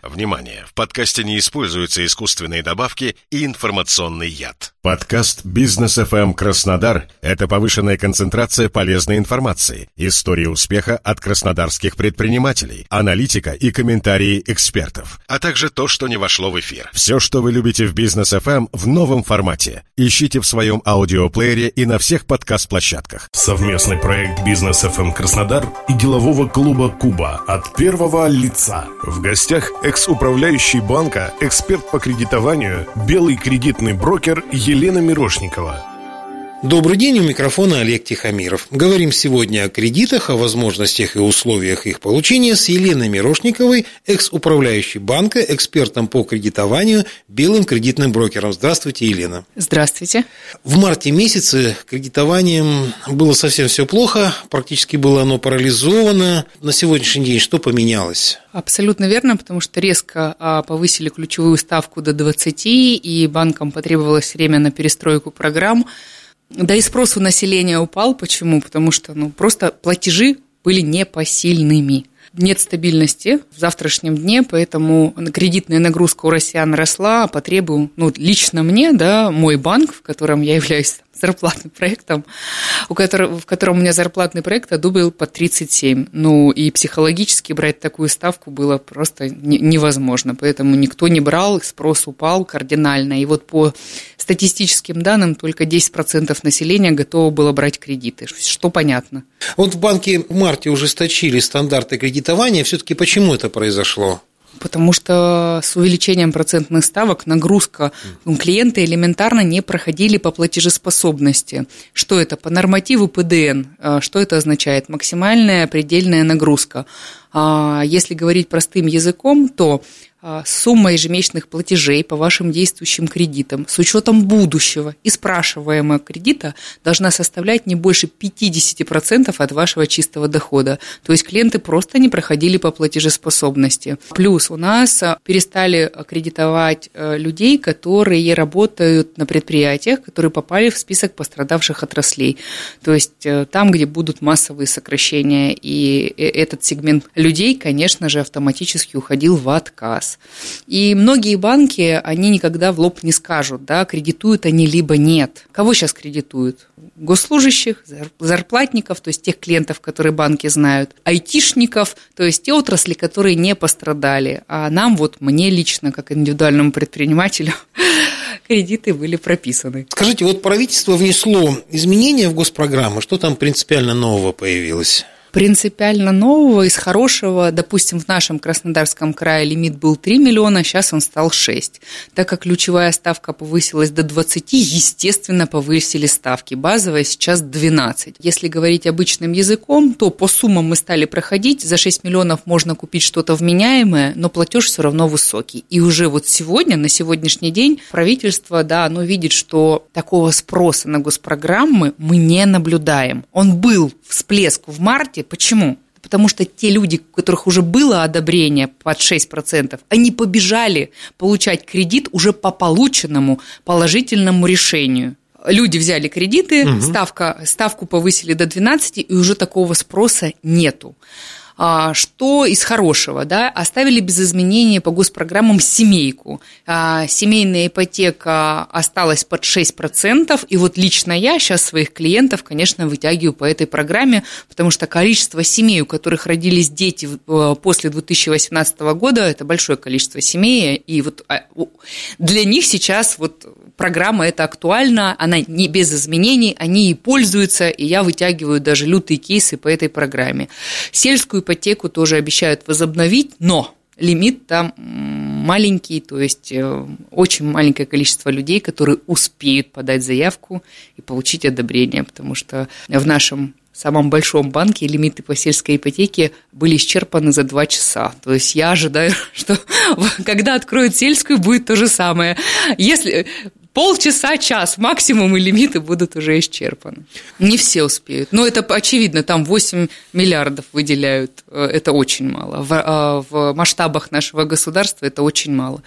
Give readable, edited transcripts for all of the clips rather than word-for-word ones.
Внимание! В подкасте не используются искусственные добавки и информационный яд. Подкаст «Бизнес FM Краснодар» — это повышенная концентрация полезной информации, истории успеха от краснодарских предпринимателей, аналитика и комментарии экспертов, А также то, что не вошло в эфир. все, что вы любите в «Бизнес FM» в новом формате. Ищите в своем аудиоплеере и на всех подкаст-площадках. Совместный проект «Бизнес FM Краснодар» и делового клуба «Куба» от первого лица. В гостях экс-управляющий банка, эксперт по кредитованию, белый кредитный брокер Елена Мирошникова. Добрый день, у микрофона Олег Тихомиров. Говорим сегодня о кредитах, о возможностях и условиях их получения с Еленой Мирошниковой, экс-управляющей банка, экспертом по кредитованию, белым кредитным брокером. Здравствуйте, Елена. Здравствуйте. В марте месяце кредитованием было совсем все плохо, практически было оно парализовано. На сегодняшний день что поменялось? Абсолютно верно, потому что резко повысили ключевую ставку до 20, и банкам потребовалось время на перестройку программ. Да и спрос у населения упал. Почему? Потому что просто платежи были непосильными. Нет стабильности в завтрашнем дне, поэтому кредитная нагрузка у россиян росла, а потребы, лично мне, мой банк, в котором я являюсь зарплатным проектом, в котором у меня зарплатный проект одобрил по 37. И психологически брать такую ставку было просто невозможно, поэтому никто не брал, спрос упал кардинально. И вот по статистическим данным только 10% населения готово было брать кредиты, что понятно. Вот в банке в марте ужесточили стандарты кредитования, все-таки почему это произошло? Потому что с увеличением процентных ставок нагрузка клиенты элементарно не проходили по платежеспособности. Что это? По нормативу ПДН. Что это означает? Максимальная предельная нагрузка. Если говорить простым языком, то сумма ежемесячных платежей по вашим действующим кредитам с учетом будущего и спрашиваемого кредита должна составлять не больше 50% от вашего чистого дохода. То есть клиенты просто не проходили по платежеспособности. Плюс у нас перестали кредитовать людей, которые работают на предприятиях, которые попали в список пострадавших отраслей. То есть там, где будут массовые сокращения, и этот сегмент людей, конечно же, автоматически уходил в отказ. И многие банки, они никогда в лоб не скажут, кредитуют они либо нет. Кого сейчас кредитуют? Госслужащих, зарплатников, то есть тех клиентов, которые банки знают, айтишников, то есть те отрасли, которые не пострадали. А нам, мне лично, как индивидуальному предпринимателю, кредиты были прописаны. Скажите, правительство внесло изменения в госпрограммы, что там принципиально нового появилось? Принципиально нового из хорошего, допустим, в нашем Краснодарском крае лимит был 3 миллиона, сейчас он стал 6. Так как ключевая ставка повысилась до 20, естественно, повысили ставки. Базовая сейчас 12. Если говорить обычным языком, то по суммам мы стали проходить. За 6 миллионов можно купить что-то вменяемое, но платеж все равно высокий. И уже сегодня, на сегодняшний день, правительство, оно видит, что такого спроса на госпрограммы мы не наблюдаем. Он был всплеск в марте. Почему? Потому что те люди, у которых уже было одобрение под 6%, они побежали получать кредит уже по полученному положительному решению. Люди взяли кредиты, ставку повысили до 12, и уже такого спроса нету. Что из хорошего? Оставили без изменений по госпрограммам семейку. Семейная ипотека осталась под 6%, и лично я сейчас своих клиентов, конечно, вытягиваю по этой программе, потому что количество семей, у которых родились дети после 2018 года, это большое количество семей, и для них сейчас программа эта актуальна, она не без изменений, они и пользуются, и я вытягиваю даже лютые кейсы по этой программе. Сельскую ипотеку тоже обещают возобновить, но лимит там маленький, то есть очень маленькое количество людей, которые успеют подать заявку и получить одобрение, потому что в нашем самом большом банке лимиты по сельской ипотеке были исчерпаны за 2 часа. То есть я ожидаю, что когда откроют сельскую, будет то же самое. Если полчаса, час максимум, и лимиты будут уже исчерпаны. Не все успеют. Но это очевидно, там 8 миллиардов выделяют, это очень мало. В масштабах нашего государства это очень мало.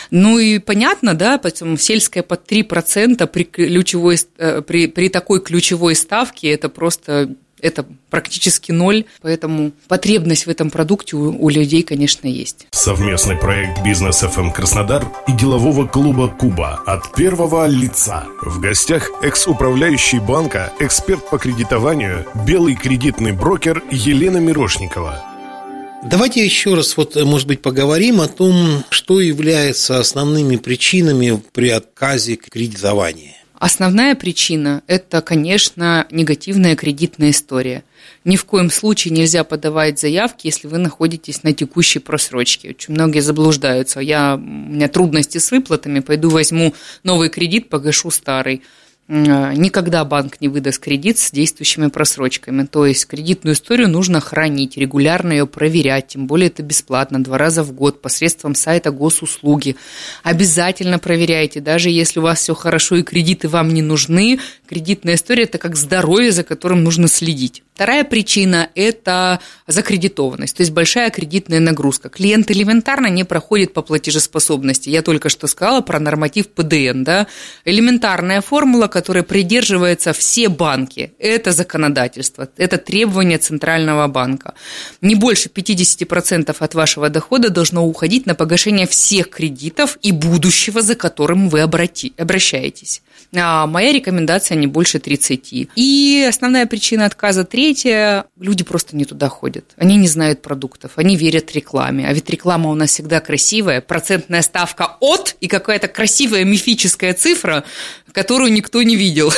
И понятно, поэтому сельская под 3% при такой ключевой ставке, это просто это практически ноль, поэтому потребность в этом продукте у людей, конечно, есть. Совместный проект «Бизнес ФМ Краснодар» и делового клуба «Куба» от первого лица. В гостях экс-управляющий банка, эксперт по кредитованию, белый кредитный брокер Елена Мирошникова. Давайте еще раз, может быть, поговорим о том, что является основными причинами при отказе кредитования. Основная причина – это, конечно, негативная кредитная история. Ни в коем случае нельзя подавать заявки, если вы находитесь на текущей просрочке. Очень многие заблуждаются. У меня трудности с выплатами, пойду возьму новый кредит, погашу старый. Никогда банк не выдаст кредит с действующими просрочками. То есть кредитную историю нужно хранить, регулярно ее проверять, тем более это бесплатно, 2 раза в год посредством сайта госуслуги. Обязательно проверяйте, даже если у вас все хорошо и кредиты вам не нужны, кредитная история – это как здоровье, за которым нужно следить. Вторая причина – это закредитованность, то есть большая кредитная нагрузка. Клиент элементарно не проходит по платежеспособности. Я только что сказала про норматив ПДН. Да? Элементарная формула, которой придерживаются все банки. Это законодательство, это требование Центрального банка. Не больше 50% от вашего дохода должно уходить на погашение всех кредитов и будущего, за которым вы обращаетесь. А моя рекомендация не больше 30. И основная причина отказа третья – люди просто не туда ходят. Они не знают продуктов, они верят рекламе. А ведь реклама у нас всегда красивая, процентная ставка от и какая-то красивая мифическая цифра, которую никто не видел.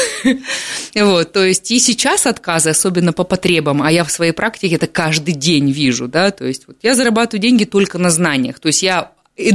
Вот, то есть и сейчас отказы, особенно по потребам, а я в своей практике это каждый день вижу, да, то есть вот я зарабатываю деньги только на знаниях, то есть я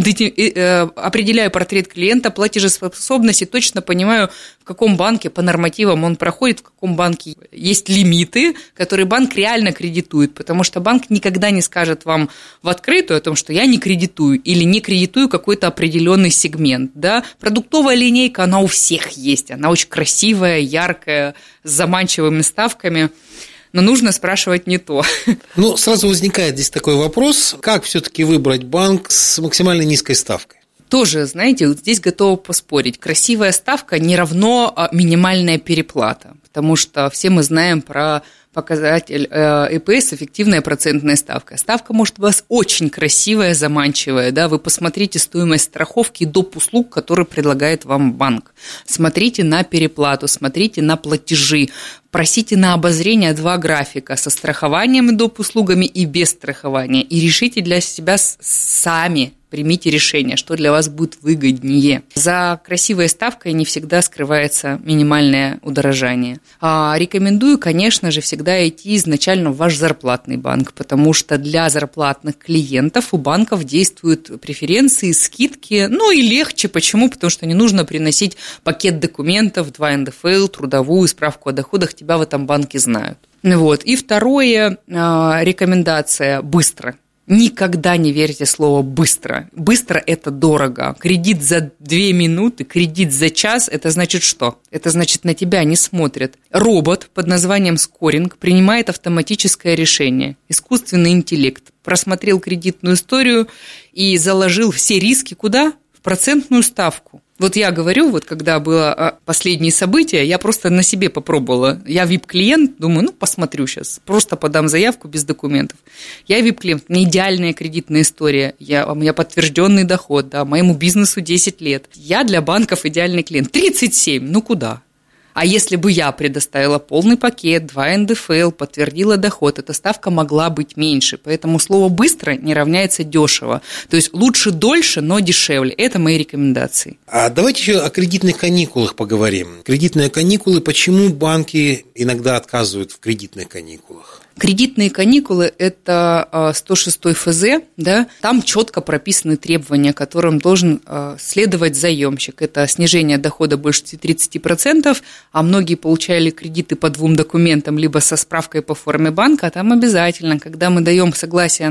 определяю портрет клиента, платежеспособность и точно понимаю, в каком банке по нормативам он проходит, в каком банке есть лимиты, которые банк реально кредитует, потому что банк никогда не скажет вам в открытую о том, что я не кредитую или не кредитую какой-то определенный сегмент. Да? Продуктовая линейка, она у всех есть, она очень красивая, яркая, с заманчивыми ставками. Но нужно спрашивать не то. Ну, сразу возникает здесь такой вопрос, как все-таки выбрать банк с максимально низкой ставкой? Тоже, знаете, вот здесь готова поспорить. Красивая ставка не равно минимальная переплата, потому что все мы знаем про показатель ЭПС, эффективная процентная ставка. Ставка может у вас очень красивая, заманчивая. Да? Вы посмотрите стоимость страховки и доп. Услуг, которые предлагает вам банк. Смотрите на переплату, смотрите на платежи. Просите на обозрение 2 графика со страхованием и доп. Услугами и без страхования. И решите для себя сами. Примите решение, что для вас будет выгоднее. За красивой ставкой не всегда скрывается минимальное удорожание. Рекомендую, конечно же, всегда идти изначально в ваш зарплатный банк, потому что для зарплатных клиентов у банков действуют преференции, скидки, ну и легче. Почему? Потому что не нужно приносить пакет документов, 2 НДФЛ, трудовую, справку о доходах, тебя в этом банке знают. Вот. И второе, рекомендация – быстро. Никогда не верьте слову «быстро». Быстро – это дорого. Кредит за 2 минуты, кредит за час – это значит что? Это значит, на тебя не смотрят. Робот под названием скоринг принимает автоматическое решение. Искусственный интеллект просмотрел кредитную историю и заложил все риски куда? В процентную ставку. Вот я говорю, вот когда было последние события, я просто на себе попробовала. Я VIP-клиент, думаю, посмотрю сейчас, просто подам заявку без документов. Я VIP-клиент, у меня идеальная кредитная история, у меня подтвержденный доход, да, моему бизнесу 10 лет. Я для банков идеальный клиент. 37, куда? А если бы я предоставила полный пакет, 2 НДФЛ, подтвердила доход, эта ставка могла быть меньше. Поэтому слово «быстро» не равняется «дешево». То есть лучше дольше, но дешевле. Это мои рекомендации. А давайте еще о кредитных каникулах поговорим. Кредитные каникулы, почему банки иногда отказывают в кредитных каникулах? Кредитные каникулы – это 106 ФЗ, да, там четко прописаны требования, которым должен следовать заемщик. Это снижение дохода больше 30%, а многие получали кредиты по 2 документам, либо со справкой по форме банка, а там обязательно, когда мы даем согласие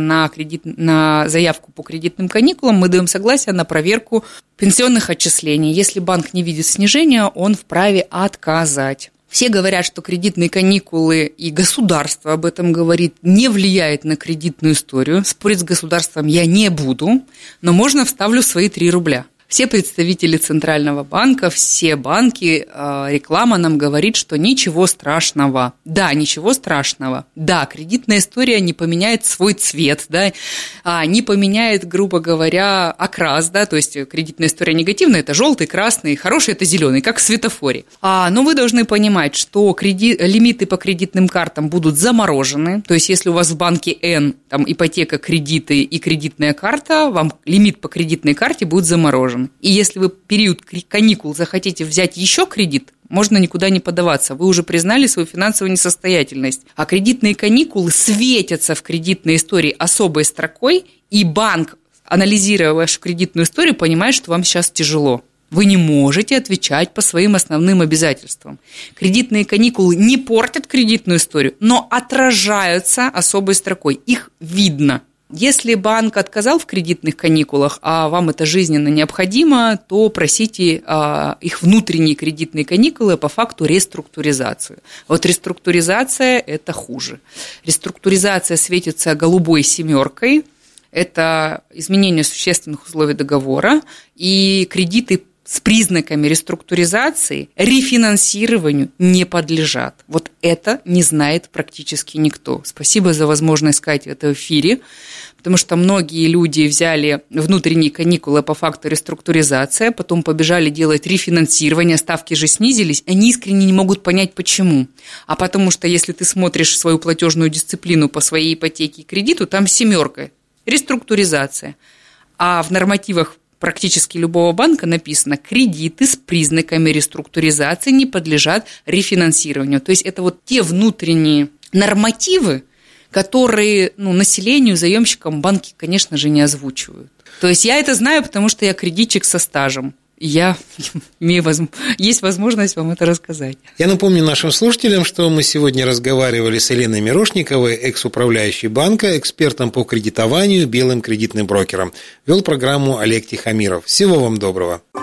на заявку по кредитным каникулам, мы даем согласие на проверку пенсионных отчислений. Если банк не видит снижения, он вправе отказать. Все говорят, что кредитные каникулы, и государство об этом говорит, не влияет на кредитную историю. Спорить с государством я не буду, но можно вставлю свои 3 рубля. Все представители Центрального банка, все банки, реклама нам говорит, что ничего страшного. Да, ничего страшного. Да, кредитная история не поменяет свой цвет, да, не поменяет, грубо говоря, окрас, да, то есть кредитная история негативная – это желтый, красный, хороший – это зеленый, как в светофоре. Но вы должны понимать, что лимиты по кредитным картам будут заморожены, то есть если у вас в банке N, там ипотека, кредиты и кредитная карта, вам лимит по кредитной карте будет заморожен. И если вы в период каникул захотите взять еще кредит, можно никуда не подаваться. Вы уже признали свою финансовую несостоятельность. А кредитные каникулы светятся в кредитной истории особой строкой, и банк, анализируя вашу кредитную историю, понимает, что вам сейчас тяжело. Вы не можете отвечать по своим основным обязательствам. Кредитные каникулы не портят кредитную историю, но отражаются особой строкой. Их видно. Если банк отказал в кредитных каникулах, а вам это жизненно необходимо, то просите их внутренние кредитные каникулы, а по факту реструктуризацию. Вот реструктуризация – это хуже. Реструктуризация светится голубой семеркой, это изменение существенных условий договора, и кредиты с признаками реструктуризации рефинансированию не подлежат. Вот это не знает практически никто. Спасибо за возможность сказать это в эфире, потому что многие люди взяли внутренние каникулы по факту реструктуризации, потом побежали делать рефинансирование, ставки же снизились, они искренне не могут понять, почему. А потому что если ты смотришь свою платежную дисциплину по своей ипотеке и кредиту, там семерка – реструктуризация. А в нормативах практически любого банка написано: кредиты с признаками реструктуризации не подлежат рефинансированию. То есть это вот те внутренние нормативы, которые населению, заемщикам банки, конечно же, не озвучивают. То есть я это знаю, потому что я кредитчик со стажем. Есть возможность вам это рассказать. Я напомню нашим слушателям, что мы сегодня разговаривали с Еленой Мирошниковой, экс-управляющей банка, экспертом по кредитованию, белым кредитным брокером. Вел программу Олег Тихомиров. Всего вам доброго.